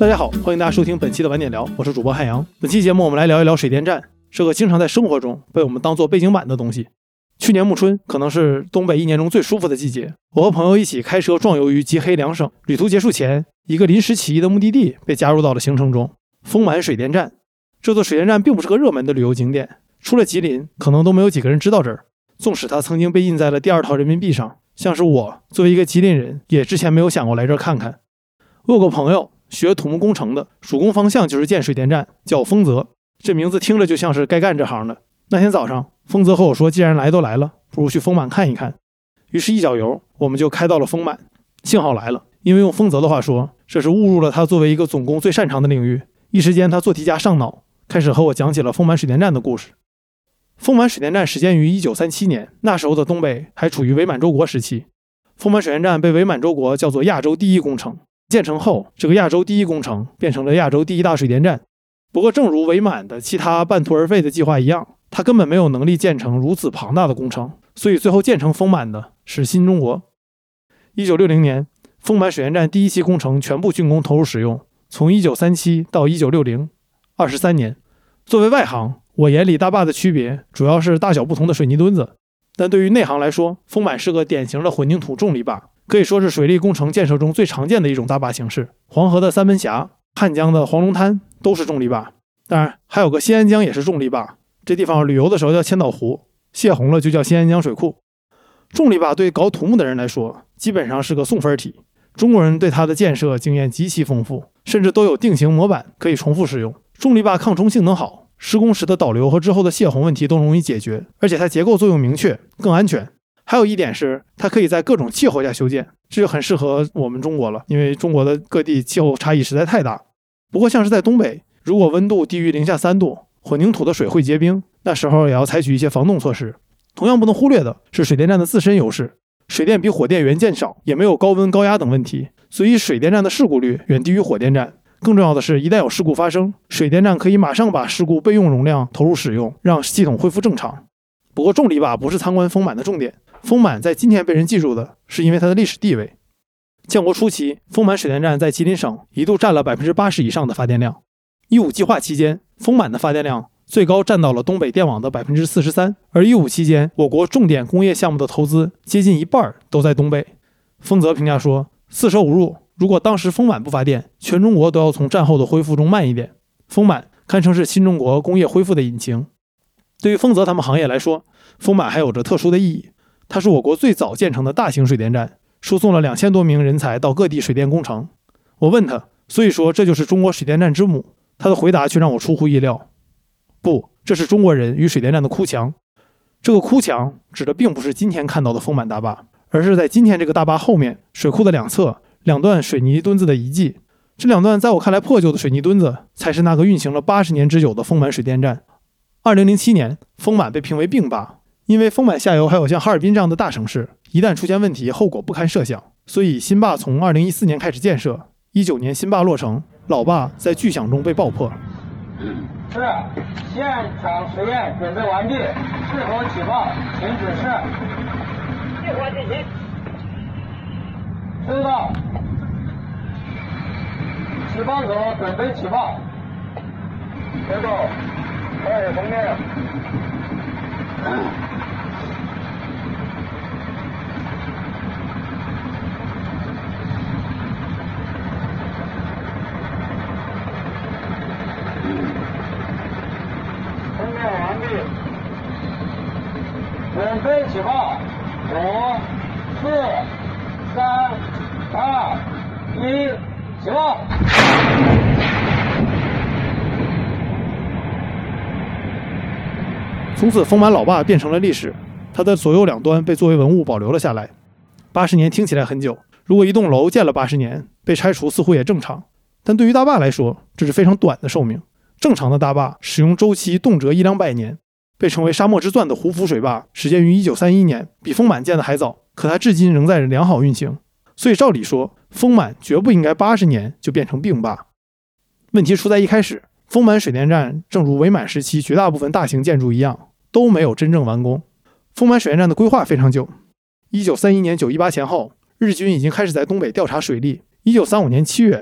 大家好，欢迎大家收听本期的晚点聊，我是主播汉阳。本期节目我们来聊一聊水电站，是个经常在生活中被我们当做背景板的东西。去年暮春可能是东北一年中最舒服的季节，我和朋友一起开车壮游于极黑两省。旅途结束前，一个临时起意的目的地被加入到了行程中——丰满水电站。这座水电站并不是个热门的旅游景点，除了吉林，可能都没有几个人知道这儿。纵使它曾经被印在了第2套人民币上，像是我作为一个吉林人，也之前没有想过来这儿看看。我有个朋友学土木工程的，主攻方向就是建水电站，叫丰泽。这名字听着就像是该干这行的。那天早上，丰泽和我说，既然来都来了，不如去丰满看一看。于是一脚油，我们就开到了丰满。幸好来了，因为用丰泽的话说，这是误入了他作为一个总工最擅长的领域。一时间他做题家上脑，开始和我讲起了丰满水电站的故事。丰满水电站始建于1937年，那时候的东北还处于伪满洲国时期。丰满水电站被伪满洲国叫做亚洲第一工程。建成后，这个亚洲第一工程变成了亚洲第1大水电站。不过正如伪满的其他半途而废的计划一样，它根本没有能力建成如此庞大的工程，所以最后建成丰满的是新中国。1960年，丰满水电站第1期工程全部竣工投入使用，从1937到1960 23年。作为外行，我眼里大坝的区别主要是大小不同的水泥墩子，但对于内行来说，丰满是个典型的混凝土重力坝，可以说是水利工程建设中最常见的一种大坝形式。黄河的三门峡、汉江的黄龙滩都是重力坝，当然还有个新安江也是重力坝，这地方旅游的时候叫千岛湖，泄洪了就叫新安江水库。重力坝对搞土木的人来说基本上是个送分题，中国人对它的建设经验极其丰富，甚至都有定型模板可以重复使用。重力坝抗冲性能好，施工时的导流和之后的泄洪问题都容易解决，而且它结构作用明确，更安全。还有一点是，它可以在各种气候下修建，这就很适合我们中国了，因为中国的各地气候差异实在太大。不过像是在东北，如果温度低于零下3度，混凝土的水会结冰，那时候也要采取一些防冻措施。同样不能忽略的是水电站的自身优势，水电比火电元件少，也没有高温高压等问题，所以水电站的事故率远低于火电站。更重要的是，一旦有事故发生，水电站可以马上把事故备用容量投入使用，让系统恢复正常。不过重力坝不是参观丰满的重点，丰满在今天被人记住的是因为它的历史地位。建国初期，丰满水电站在吉林省一度占了 80% 以上的发电量。15计划期间，丰满的发电量最高占到了东北电网的 43%， 而15期间，我国重点工业项目的投资接近一半都在东北。丰泽评价说，四舍五入，如果当时丰满不发电，全中国都要从战后的恢复中慢一点。丰满堪称是新中国工业恢复的引擎。对于丰泽他们行业来说，丰满还有着特殊的意义。它是我国最早建成的大型水电站，输送了2000多名人才到各地水电工程。我问他，所以说这就是中国水电站之母？他的回答却让我出乎意料。不，这是中国人与水电站的哭墙。这个哭墙指的并不是今天看到的丰满大坝，而是在今天这个大坝后面水库的两侧2段水泥墩子的遗迹。这2段在我看来破旧的水泥墩子才是那个运行了80年之久的丰满水电站。2007年，丰满被评为病坝，因为丰满下游还有像哈尔滨这样的大城市，一旦出现问题，后果不堪设想。所以新坝从2014年开始建设，19年新坝落成，老坝在巨响中被爆破。 是，现场实验准备完毕，是否起爆？请指示。计划进行。收到。起爆组准备起爆。收到。开始封面。封面完毕，准备起爆，5、4、3、2、1，起爆！ 从此丰满老坝变成了历史，它的左右2端被作为文物保留了下来。80年听起来很久，如果一栋楼建了80年，被拆除似乎也正常，但对于大坝来说，这是非常短的寿命。正常的大坝使用周期动辄100-200年，被称为沙漠之钻的胡福水坝始建于1931年，比丰满建的还早，可它至今仍在良好运行。所以照理说，丰满绝不应该80年就变成病坝。问题出在一开始，丰满水电站正如伪满时期绝大部分大型建筑一样，都没有真正完工。丰满水电站的规划非常久，1931年918前后，日军已经开始在东北调查水利。1935年7月，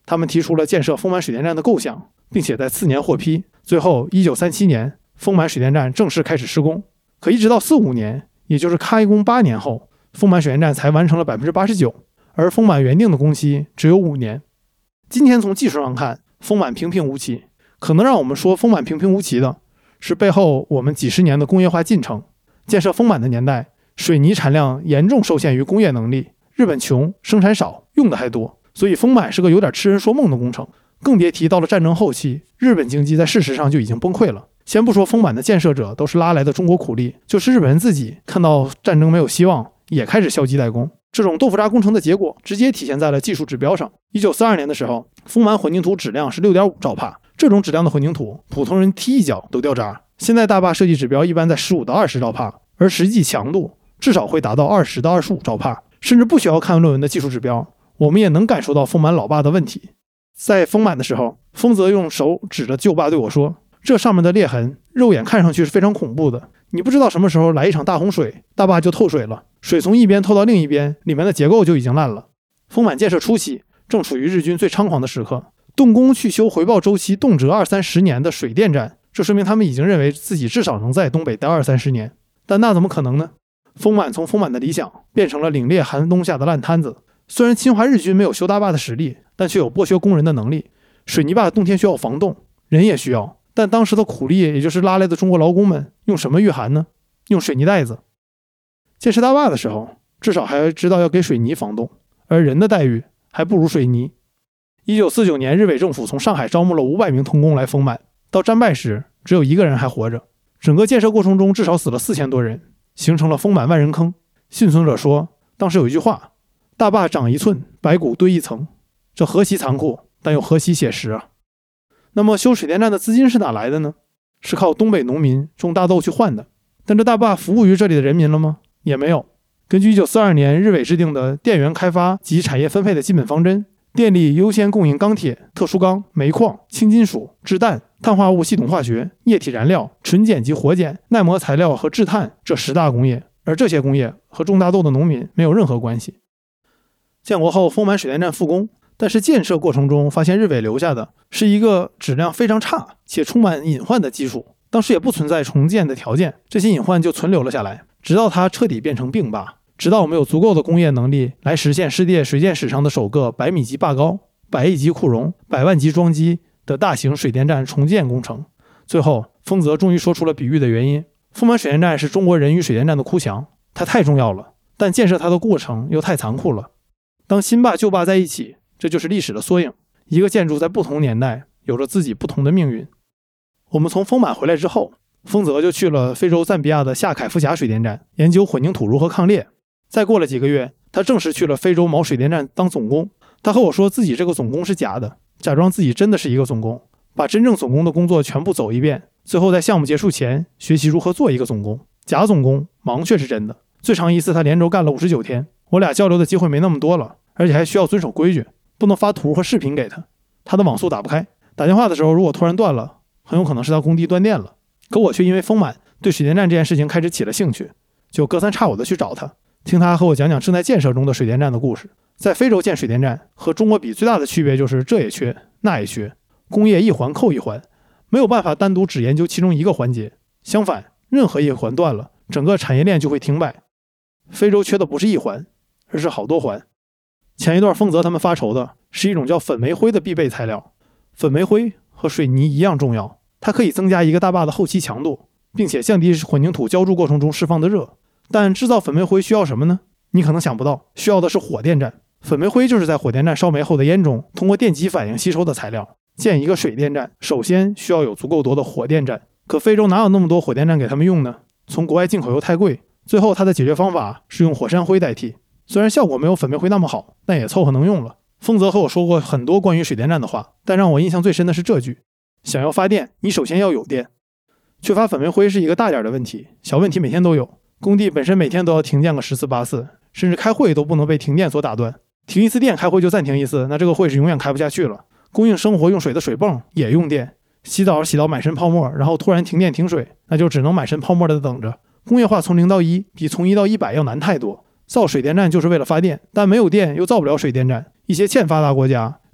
他们提出了建设丰满水电站的构想，并且在次年获批。最后1937年丰满水电站正式开始施工。可一直到45年，也就是开工8年后，丰满水电站才完成了 89%， 而丰满原定的工期只有5年。今天从技术上看，丰满平平无奇，可能让我们说丰满平平无奇的是背后我们几十年的工业化进程。建设丰满的年代，水泥产量严重受限于工业能力，日本穷，生产少，用的还多，所以丰满是个有点痴人说梦的工程。更别提到了战争后期，日本经济在事实上就已经崩溃了。先不说丰满的建设者都是拉来的中国苦力，就是日本人自己看到战争没有希望，也开始消极怠工。这种豆腐渣工程的结果直接体现在了技术指标上。1942年的时候，丰满混凝土质量是 6.5 兆帕，这种质量的混凝土，普通人踢一脚都掉渣。现在大坝设计指标一般在15到20兆帕，而实际强度至少会达到20到25兆帕，甚至不需要看论文的技术指标，我们也能感受到丰满老坝的问题。在丰满的时候，丰泽用手指着旧坝对我说，这上面的裂痕肉眼看上去是非常恐怖的，你不知道什么时候来一场大洪水，大坝就透水了，水从一边透到另一边，里面的结构就已经烂了。丰满建设初期正处于日军最猖狂的时刻，动工去修回报周期动辄20-30年的水电站，这说明他们已经认为自己至少能在东北待20-30年。但那怎么可能呢？丰满从丰满的理想变成了凛冽寒冬下的烂摊子。虽然侵华日军没有修大坝的实力，但却有剥削工人的能力。水泥坝冬天需要防冻，人也需要，但当时的苦力，也就是拉来的中国劳工们，用什么御寒呢？用水泥袋子。建设大坝的时候，至少还知道要给水泥防冻，而人的待遇还不如水泥。1949年，日伪政府从上海招募了500名童工来丰满，到战败时，只有1个人还活着。整个建设过程中，至少死了4000多人，形成了丰满万人坑。幸存者说，当时有一句话，大坝长1寸，白骨堆1层，这何其残酷，但又何其写实啊！那么修水电站的资金是哪来的呢？是靠东北农民种大豆去换的。但这大坝服务于这里的人民了吗？也没有。根据1942年日伪制定的电源开发及产业分配的基本方针，电力优先供应钢铁、特殊钢、煤矿、轻金属、制氮、碳化物系统化学、液体燃料、纯碱及活碱、耐磨材料和制碳这10大工业，而这些工业和种大豆的农民没有任何关系。建国后，丰满水电站复工，但是建设过程中发现日伪留下的是一个质量非常差且充满隐患的基础，当时也不存在重建的条件，这些隐患就存留了下来，直到它彻底变成病坝，直到我们有足够的工业能力来实现世界水电史上的首个100米级坝高、100亿级库容、100万级装机的大型水电站重建工程。最后，丰泽终于说出了比喻的原因：丰满水电站是中国人与水电站的哭墙，它太重要了，但建设它的过程又太残酷了。当新坝旧坝在一起，这就是历史的缩影。一个建筑在不同年代有着自己不同的命运。我们从丰满回来之后，丰泽就去了非洲赞比亚的夏凯夫峡水电站，研究混凝土如何抗裂。再过了几个月，他正式去了非洲某水电站当总工。他和我说自己这个总工是假的，假装自己真的是一个总工，把真正总工的工作全部走一遍，最后在项目结束前学习如何做一个总工。假总工，忙却是真的。最长一次他连轴干了59天，我俩交流的机会没那么多了，而且还需要遵守规矩，不能发图和视频给他，他的网速打不开。打电话的时候如果突然断了，很有可能是他工地断电了。可我却因为丰满对水电站这件事情开始起了兴趣，就隔三差五的去找他，听他和我讲讲正在建设中的水电站的故事。在非洲建水电站和中国比最大的区别就是这也缺那也缺，工业一环扣一环，没有办法单独只研究其中一个环节，相反，任何一环断了，整个产业链就会停摆。非洲缺的不是一环，而是好多环。前一段丰泽他们发愁的是一种叫粉煤灰的必备材料。粉煤灰和水泥一样重要，它可以增加一个大坝的后期强度，并且降低混凝土浇筑过程中释放的热。但制造粉煤灰需要什么呢？你可能想不到，需要的是火电站。粉煤灰就是在火电站烧煤后的烟中通过电极反应吸收的材料。建一个水电站，首先需要有足够多的火电站。可非洲哪有那么多火电站给他们用呢？从国外进口又太贵。最后他的解决方法是用火山灰代替，虽然效果没有粉煤灰那么好，但也凑合能用了。丰泽和我说过很多关于水电站的话，但让我印象最深的是这句：想要发电，你首先要有电。缺乏粉煤灰是一个大点的问题，小问题每天都有。工地本身每天都要停电个10次8次，甚至开会都不能被停电所打断。停一次电开会就暂停一次，那这个会是永远开不下去了。供应生活用水的水泵也用电，洗澡洗到满身泡沫，然后突然停电停水，那就只能满身泡沫的等着。工业化从0到1比从1到100要难太多。造水电站就是为了发电，但没有电又造不了水电站。一些欠发达国家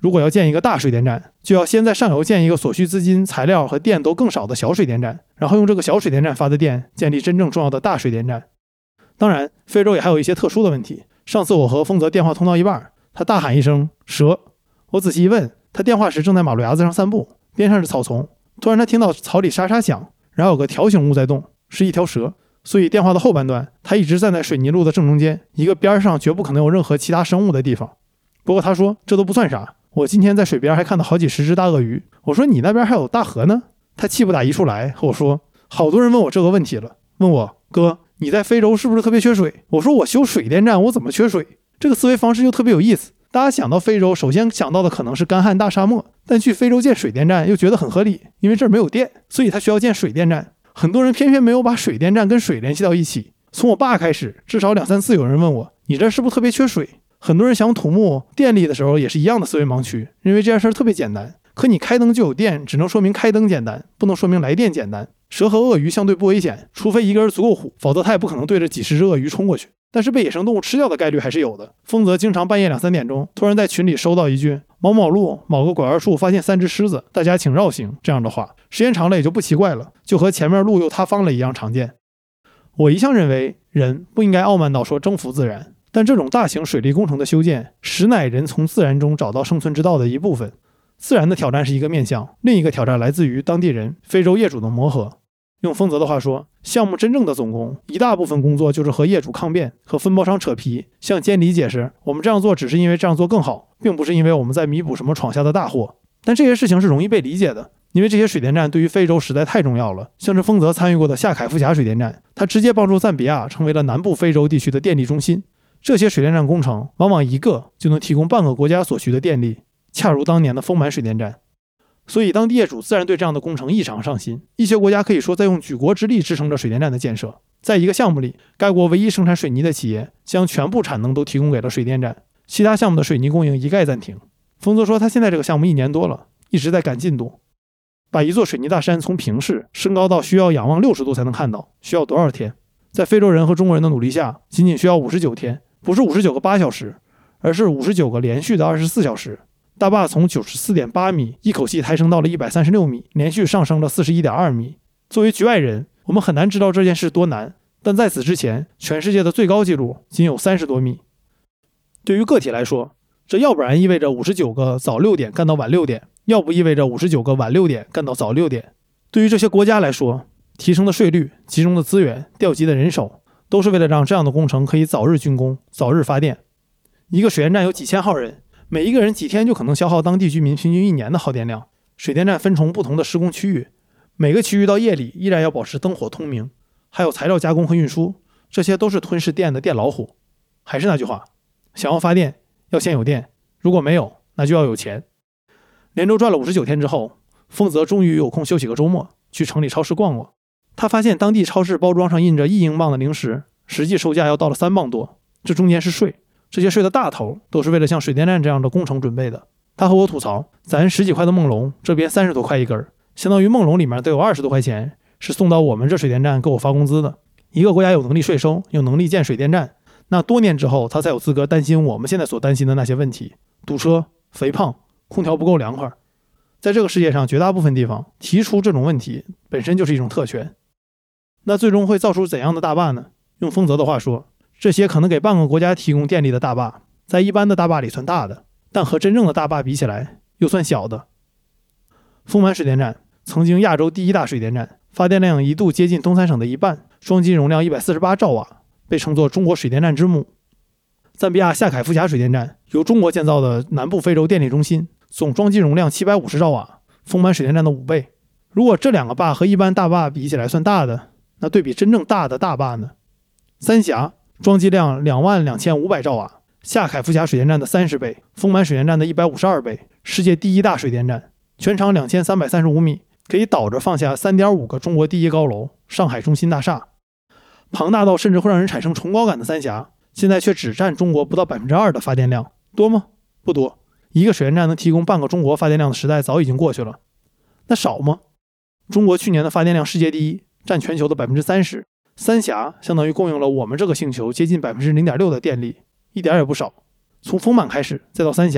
如果要建一个大水电站，就要先在上游建一个所需资金、材料和电都更少的小水电站，然后用这个小水电站发的电建立真正重要的大水电站。当然，非洲也还有一些特殊的问题。上次我和丰泽电话通到一半，他大喊一声蛇，我仔细一问，他电话时正在马路牙子上散步，边上是草丛，突然他听到草里沙沙响，然后有个条形物在动，是一条蛇。所以电话的后半段，他一直站在水泥路的正中间，一个边上绝不可能有任何其他生物的地方。不过他说这都不算啥，我今天在水边还看到好几十只大鳄鱼。我说你那边还有大河呢？他气不打一处来和我说，好多人问我这个问题了，问我哥，你在非洲是不是特别缺水？我说我修水电站，我怎么缺水？这个思维方式就特别有意思。大家想到非洲，首先想到的可能是干旱大沙漠，但去非洲建水电站又觉得很合理，因为这儿没有电，所以他需要建水电站。很多人偏偏没有把水电站跟水联系到一起。从我爸开始，至少2、3次有人问我，你这是不是特别缺水？很多人想土木电力的时候也是一样的思维盲区，认为这件事特别简单。可你开灯就有电，只能说明开灯简单，不能说明来电简单。蛇和鳄鱼相对不危险，除非一个人足够虎，否则他也不可能对着几十只鳄鱼冲过去。但是被野生动物吃掉的概率还是有的。丰泽经常半夜2、3点钟突然在群里收到一句某某路某个拐弯处发现3只狮子，大家请绕行这样的话，时间长了也就不奇怪了，就和前面路又塌方了一样常见。我一向认为人不应该傲慢到说征服自然，但这种大型水利工程的修建实乃人从自然中找到生存之道的一部分。自然的挑战是一个面向，另一个挑战来自于当地人、非洲业主的磨合。用丰泽的话说，项目真正的总工一大部分工作就是和业主抗辩，和分包商扯皮，向监理解释我们这样做只是因为这样做更好，并不是因为我们在弥补什么闯下的大祸。但这些事情是容易被理解的，因为这些水电站对于非洲实在太重要了。像是丰泽参与过的夏凯夫峡水电站，它直接帮助赞比亚成为了南部非洲地区的电力中心。这些水电站工程往往一个就能提供半个国家所需的电力，恰如当年的丰满水电站。所以当地业主自然对这样的工程异常上心。一些国家可以说在用举国之力支撑着水电站的建设。在一个项目里，该国唯一生产水泥的企业将全部产能都提供给了水电站，其他项目的水泥供应一概暂停。丰泽说他现在这个项目1年多了，一直在赶进度。把一座水泥大山从平视升高到需要仰望60度才能看到，需要多少天？在非洲人和中国人的努力下，仅仅需要59天，不是59个8小时，而是59个连续的24小时。大坝从 94.8 米一口气抬升到了136米，连续上升了 41.2 米。作为局外人，我们很难知道这件事多难，但在此之前，全世界的最高纪录仅有30多米。对于个体来说，这要不然意味着59个早6点干到晚6点，要不意味着59个晚6点干到早6点。对于这些国家来说，提升的税率、集中的资源、调集的人手，都是为了让这样的工程可以早日竣工、早日发电。一个水电站有几千号人，每一个人几天就可能消耗当地居民平均1年的耗电量。水电站分成不同的施工区域，每个区域到夜里依然要保持灯火通明，还有材料加工和运输，这些都是吞噬电的电老虎。还是那句话，想要发电要先有电，如果没有，那就要有钱。连轴转了59天之后，丰泽终于有空休息个周末，去城里超市逛逛。他发现当地超市包装上印着1英镑的零食，实际售价要到了3磅多，这中间是税。这些税的大头都是为了像水电站这样的工程准备的。他和我吐槽，咱10几块的梦龙，这边30多块一根，相当于梦龙里面都有20多块钱是送到我们这水电站给我发工资的。一个国家有能力税收，有能力建水电站，那多年之后他才有资格担心我们现在所担心的那些问题：堵车、肥胖、空调不够凉快。在这个世界上绝大部分地方提出这种问题本身就是一种特权。那最终会造出怎样的大坝呢？用丰泽的话说，这些可能给半个国家提供电力的大坝，在一般的大坝里算大的，但和真正的大坝比起来又算小的。丰满水电站曾经亚洲第1大水电站，发电量一度接近东三省的一半，装机容量148兆瓦，被称作中国水电站之母。赞比亚夏凯夫峡水电站由中国建造的南部非洲电力中心，总装机容量750兆瓦，丰满水电站的5倍。如果这2个坝和一般大坝比起来算大的，那对比真正大的大坝呢？三峡装机量22500兆瓦，夏凯夫峡水电站的30倍，丰满水电站的152倍，世界第1大水电站，全长2335米，可以倒着放下 3.5 个中国第1高楼上海中心大厦。庞大到甚至会让人产生崇高感的三峡，现在却只占中国不到 2% 的发电量，多吗？不多。一个水电站能提供半个中国发电量的时代早已经过去了。那少吗？中国去年的发电量世界第1，占全球的 30%， 三峡相当于供应了我们这个星球接近 0.6% 的电力，一点也不少。从丰满开始再到三峡，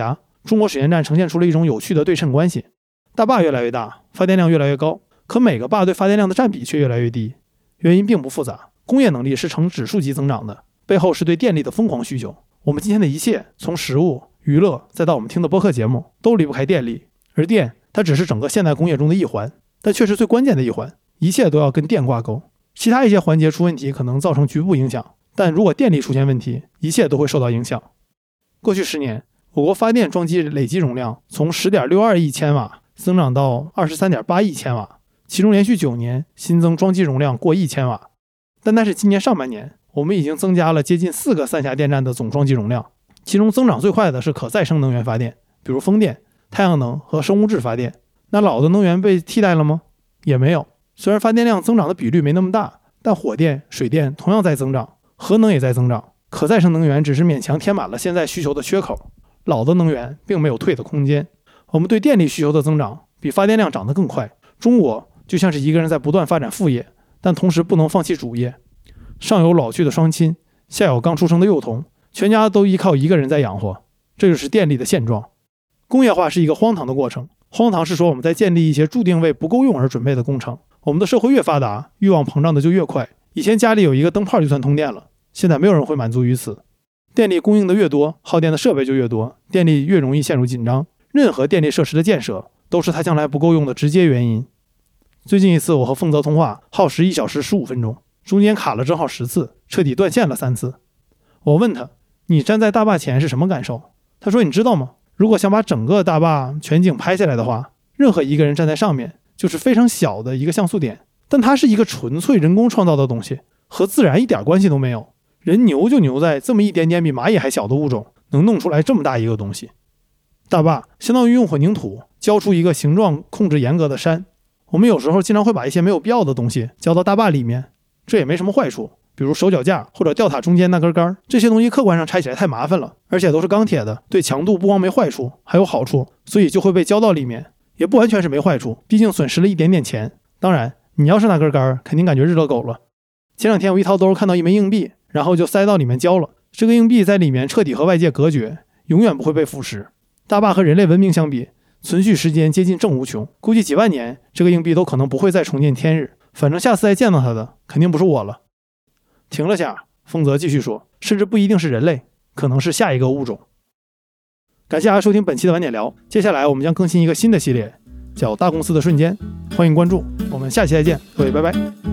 中国水电站呈现出了一种有趣的对称关系，大坝越来越大，发电量越来越高，可每个坝对发电量的占比却越来越低。原因并不复杂，工业能力是呈指数级增长的，背后是对电力的疯狂需求。我们今天的一切，从食物、娱乐再到我们听的播客节目，都离不开电力。而电它只是整个现代工业中的一环，但却是最关键的一环，一切都要跟电挂钩。其他一些环节出问题可能造成局部影响，但如果电力出现问题，一切都会受到影响。过去10年，我国发电装机累计容量从 10.62 亿千瓦增长到 23.8 亿千瓦，其中连续9年新增装机容量过1000瓦。但是今年上半年，我们已经增加了接近4个三峡电站的总装机容量，其中增长最快的是可再生能源发电，比如风电、太阳能和生物质发电。那老的能源被替代了吗？也没有。虽然发电量增长的比率没那么大，但火电、水电同样在增长，核能也在增长，可再生能源只是勉强填满了现在需求的缺口，老的能源并没有退的空间。我们对电力需求的增长比发电量涨得更快。中国就像是一个人在不断发展副业，但同时不能放弃主业。上有老去的双亲，下有刚出生的幼童，全家都依靠一个人在养活，这就是电力的现状。工业化是一个荒唐的过程，荒唐是说我们在建立一些注定为不够用而准备的工程。我们的社会越发达，欲望膨胀的就越快。以前家里有一个灯泡就算通电了，现在没有人会满足于此。电力供应的越多，耗电的设备就越多，电力越容易陷入紧张。任何电力设施的建设都是它将来不够用的直接原因。最近一次我和凤泽通话耗时1小时15分钟，中间卡了正好10次，彻底断线了3次。我问他，你站在大坝前是什么感受？他说，你知道吗？如果想把整个大坝全景拍下来的话，任何一个人站在上面就是非常小的一个像素点，但它是一个纯粹人工创造的东西，和自然一点关系都没有。人牛就牛在这么一点点比蚂蚁还小的物种能弄出来这么大一个东西。大坝相当于用混凝土浇出一个形状控制严格的山。我们有时候经常会把一些没有必要的东西浇到大坝里面，这也没什么坏处，比如手脚架或者吊塔中间那根杆，这些东西客观上拆起来太麻烦了，而且都是钢铁的，对强度不光没坏处还有好处，所以就会被浇到里面。也不完全是没坏处，毕竟损失了一点点钱。当然你要是那根杆肯定感觉日了狗了。前2天我一掏兜看到一枚硬币，然后就塞到里面浇了，这个硬币在里面彻底和外界隔绝，永远不会被腐蚀。大坝和人类文明相比，存续时间接近正无穷，估计几万年这个硬币都可能不会再重见天日。反正下次再见到它的肯定不是我了。停了下，丰泽继续说，甚至不一定是人类，可能是下一个物种。感谢大家收听本期的晚点聊，接下来我们将更新一个新的系列，叫大公司的瞬间，欢迎关注，我们下期再见，各位拜拜。